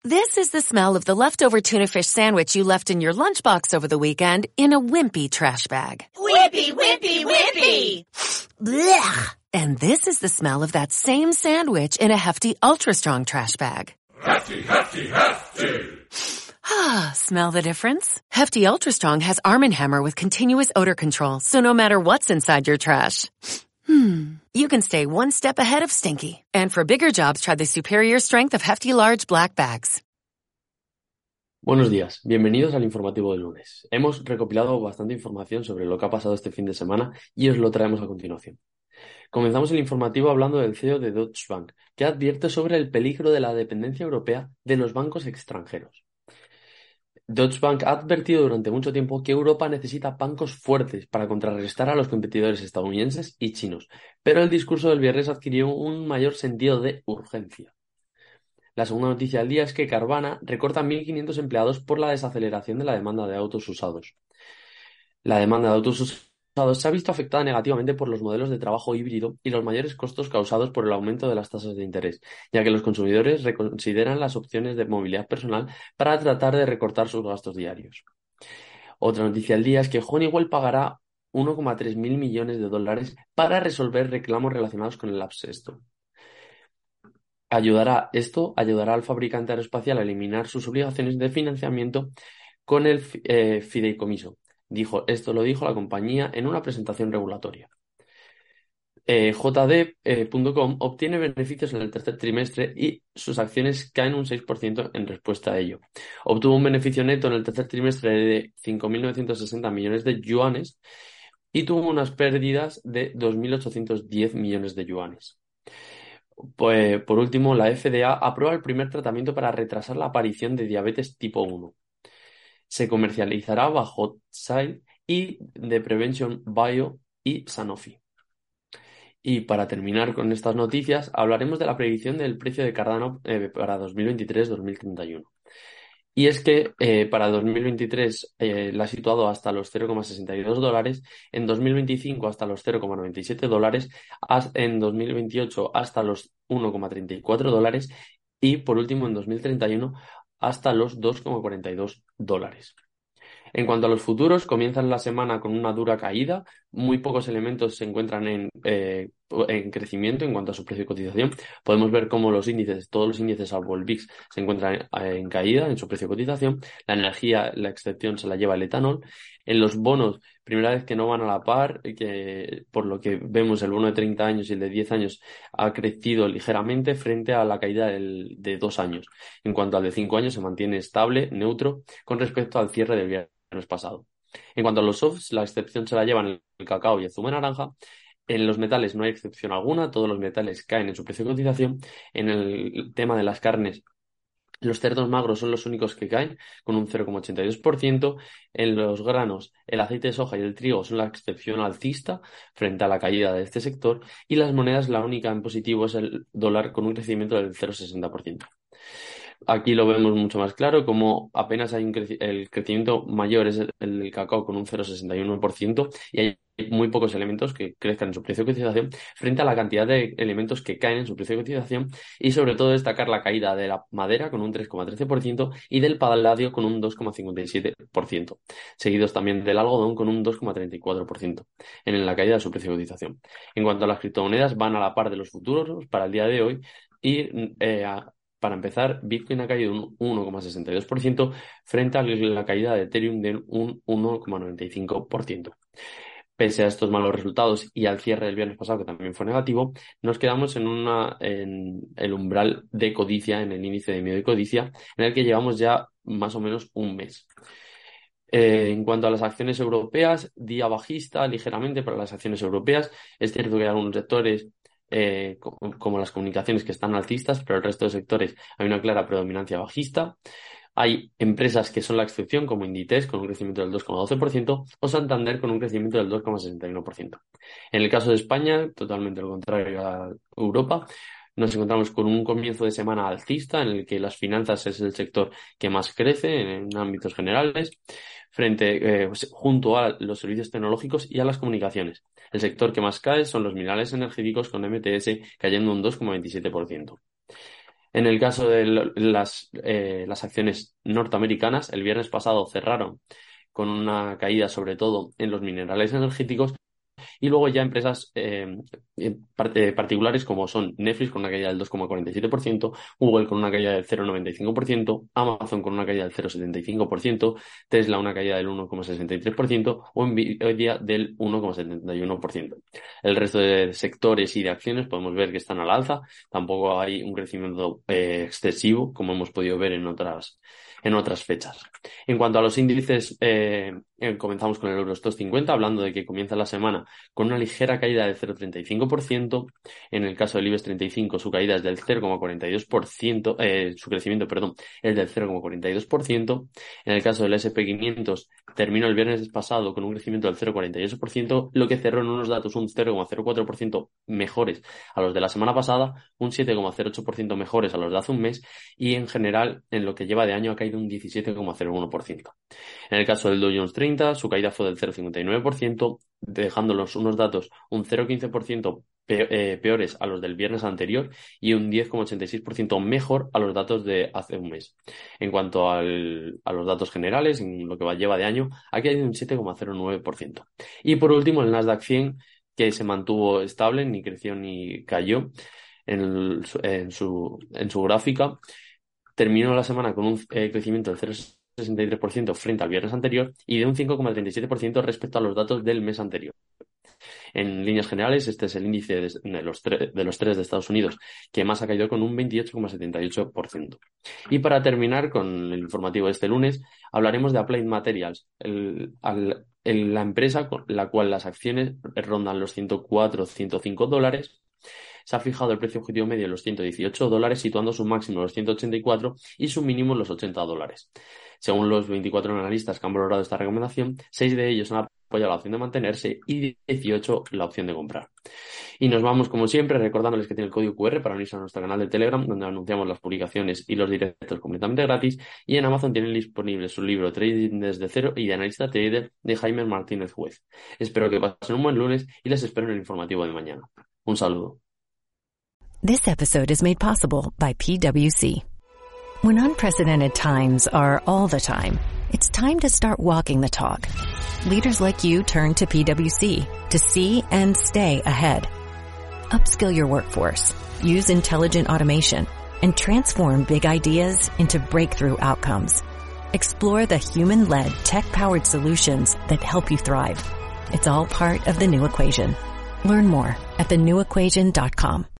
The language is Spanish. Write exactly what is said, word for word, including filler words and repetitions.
This is the smell of the leftover tuna fish sandwich you left in your lunchbox over the weekend in a wimpy trash bag. Wimpy, wimpy, wimpy! Blech! And this is the smell of that same sandwich in a Hefty Ultra Strong trash bag. Hefty, Hefty, Hefty! Ah, smell the difference? Hefty Ultra Strong has Arm and Hammer with continuous odor control, so no matter what's inside your trash, hmm, you can stay one step ahead of stinky. And for bigger jobs, try the superior strength of Hefty Large Black Bags. Buenos días, bienvenidos al informativo del lunes. Hemos recopilado bastante información sobre lo que ha pasado este fin de semana y os lo traemos a continuación. Comenzamos el informativo hablando del C E O de Deutsche Bank, que advierte sobre el peligro de la dependencia europea de los bancos extranjeros. Deutsche Bank ha advertido durante mucho tiempo que Europa necesita bancos fuertes para contrarrestar a los competidores estadounidenses y chinos, pero el discurso del viernes adquirió un mayor sentido de urgencia. La segunda noticia del día es que Carvana recorta mil quinientos empleados por la desaceleración de la demanda de autos usados. La demanda de autos usados se ha visto afectada negativamente por los modelos de trabajo híbrido y los mayores costos causados por el aumento de las tasas de interés, ya que los consumidores reconsideran las opciones de movilidad personal para tratar de recortar sus gastos diarios. Otra noticia del día es que Honeywell pagará uno coma tres mil millones de dólares para resolver reclamos relacionados con el App Store. Ayudará, esto ayudará al fabricante aeroespacial a eliminar sus obligaciones de financiamiento con el eh, fideicomiso. Dijo, esto lo dijo la compañía en una presentación regulatoria. Eh, J D punto com obtiene beneficios en el tercer trimestre y sus acciones caen un seis por ciento en respuesta a ello. Obtuvo un beneficio neto en el tercer trimestre de cinco mil novecientos sesenta millones de yuanes y tuvo unas pérdidas de dos mil ochocientos diez millones de yuanes. Pues, por último, la F D A aprueba el primer tratamiento para retrasar la aparición de diabetes tipo uno. Se comercializará bajo Zai y de Prevention Bio y Sanofi. Y para terminar con estas noticias, hablaremos de la predicción del precio de Cardano eh, para dos mil veintitrés dos mil treinta y uno. Y es que eh, para dos mil veintitrés eh, la ha situado hasta los cero coma sesenta y dos dólares, en dos mil veinticinco hasta los cero coma noventa y siete dólares, en dos mil veintiocho hasta los uno coma treinta y cuatro dólares y por último en dos mil treinta y uno hasta los dos coma cuarenta y dos dólares. En cuanto a los futuros, comienzan la semana con una dura caída, muy pocos elementos se encuentran en, eh, en crecimiento en cuanto a su precio de cotización. Podemos ver cómo los índices, todos los índices salvo el V I X, se encuentran en, en caída en su precio de cotización. La energía, la excepción se la lleva el etanol. En los bonos, primera vez que no van a la par, que por lo que vemos el bono de treinta años y el de diez años ha crecido ligeramente frente a la caída del, de dos años. En cuanto al de cinco años, se mantiene estable, neutro, con respecto al cierre del viernes pasado. En cuanto a los softs, la excepción se la llevan el cacao y el zumo de naranja. En los metales no hay excepción alguna, todos los metales caen en su precio de cotización. En el tema de las carnes, los cerdos magros son los únicos que caen, con un cero coma ochenta y dos por ciento. En los granos, el aceite de soja y el trigo son la excepción alcista frente a la caída de este sector. Y las monedas, la única en positivo es el dólar, con un crecimiento del cero coma sesenta por ciento. Aquí lo vemos mucho más claro, como apenas hay un creci- el crecimiento mayor es el, el del cacao con un cero coma sesenta y uno por ciento y hay muy pocos elementos que crezcan en su precio de cotización frente a la cantidad de elementos que caen en su precio de cotización y sobre todo destacar la caída de la madera con un tres coma trece por ciento y del paladio con un dos coma cincuenta y siete por ciento, seguidos también del algodón con un dos coma treinta y cuatro por ciento en la caída de su precio de cotización. En cuanto a las criptomonedas, van a la par de los futuros para el día de hoy y eh, a Para empezar, Bitcoin ha caído un uno coma sesenta y dos por ciento frente a la caída de Ethereum de un uno coma noventa y cinco por ciento. Pese a estos malos resultados y al cierre del viernes pasado, que también fue negativo, nos quedamos en, una, en el umbral de codicia, en el índice de miedo y codicia, en el que llevamos ya más o menos un mes. Eh, en cuanto a las acciones europeas, día bajista ligeramente para las acciones europeas. Es cierto que hay algunos sectores Eh, como las comunicaciones que están alcistas, pero el resto de sectores hay una clara predominancia bajista. Hay empresas que son la excepción, como Inditex, con un crecimiento del dos coma doce por ciento, o Santander, con un crecimiento del dos coma sesenta y uno por ciento. En el caso de España, totalmente lo contrario a Europa, nos encontramos con un comienzo de semana alcista, en el que las finanzas es el sector que más crece en ámbitos generales, frente eh, junto a los servicios tecnológicos y a las comunicaciones. El sector que más cae son los minerales energéticos, con M T S cayendo un dos coma veintisiete por ciento. En el caso de las, eh, las acciones norteamericanas, el viernes pasado cerraron con una caída sobre todo en los minerales energéticos. Y luego ya empresas eh, eh, particulares como son Netflix con una caída del dos coma cuarenta y siete por ciento, Google con una caída del cero coma noventa y cinco por ciento, Amazon con una caída del cero coma setenta y cinco por ciento, Tesla una caída del uno coma sesenta y tres por ciento o Nvidia del uno coma setenta y uno por ciento. El resto de sectores y de acciones podemos ver que están al alza, tampoco hay un crecimiento eh, excesivo como hemos podido ver en otras en otras fechas. En cuanto a los índices, eh, eh, comenzamos con el Eurostoxx cincuenta, hablando de que comienza la semana con una ligera caída del cero coma treinta y cinco por ciento. En el caso del IBEX treinta y cinco, su caída es del cero coma cuarenta y dos por ciento, eh, su crecimiento, perdón, es del cero coma cuarenta y dos por ciento. En el caso del ese and pe quinientos, terminó el viernes pasado con un crecimiento del cero coma cuarenta y ocho por ciento, lo que cerró en unos datos un cero coma cero cuatro por ciento mejores a los de la semana pasada, un siete coma cero ocho por ciento mejores a los de hace un mes, y en general, en lo que lleva de año, ha caído un diecisiete coma cero uno por ciento. En el caso del Dow Jones treinta, su caída fue del cero coma cincuenta y nueve por ciento, dejándolos unos datos un cero coma quince por ciento peores a los del viernes anterior y un diez coma ochenta y seis por ciento mejor a los datos de hace un mes. En cuanto al, a los datos generales, en lo que va, lleva de año, ha caído un siete coma cero nueve por ciento. Y por último, el Nasdaq cien, que se mantuvo estable, ni creció ni cayó en, el, en, su, en su gráfica, terminó la semana con un eh, crecimiento del cero coma sesenta y tres por ciento frente al viernes anterior y de un cinco coma treinta y siete por ciento respecto a los datos del mes anterior. En líneas generales, este es el índice de, de, los, tre de los tres de Estados Unidos que más ha caído con un veintiocho coma setenta y ocho por ciento. Y para terminar con el informativo de este lunes, hablaremos de Applied Materials, el, al, el, la empresa con la cual las acciones rondan los ciento cuatro, ciento cinco dólares. Se ha fijado el precio objetivo medio en los ciento dieciocho dólares, situando su máximo en los ciento ochenta y cuatro y su mínimo en los ochenta dólares. Según los veinticuatro analistas que han valorado esta recomendación, seis de ellos han apoyado la opción de mantenerse y dieciocho la opción de comprar. Y nos vamos, como siempre, recordándoles que tiene el código cu erre para unirse a nuestro canal de Telegram, donde anunciamos las publicaciones y los directos completamente gratis, y en Amazon tienen disponible su libro Trading desde cero y de analista trader de Jaime Martínez Juez. Espero que pasen un buen lunes y les espero en el informativo de mañana. Un saludo. This episode is made possible by P W C. When unprecedented times are all the time, it's time to start walking the talk. Leaders like you turn to P W C to see and stay ahead. Upskill your workforce, use intelligent automation, and transform big ideas into breakthrough outcomes. Explore the human-led, tech-powered solutions that help you thrive. It's all part of The New Equation. Learn more at the new equation dot com.